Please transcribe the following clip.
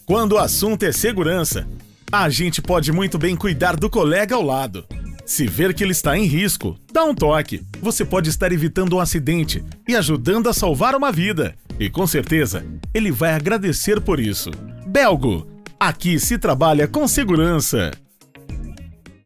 Quando o assunto é segurança, a gente pode muito bem cuidar do colega ao lado. Se ver que ele está em risco, dá um toque. Você pode estar evitando um acidente e ajudando a salvar uma vida. E com certeza, ele vai agradecer por isso. Belgo, aqui se trabalha com segurança.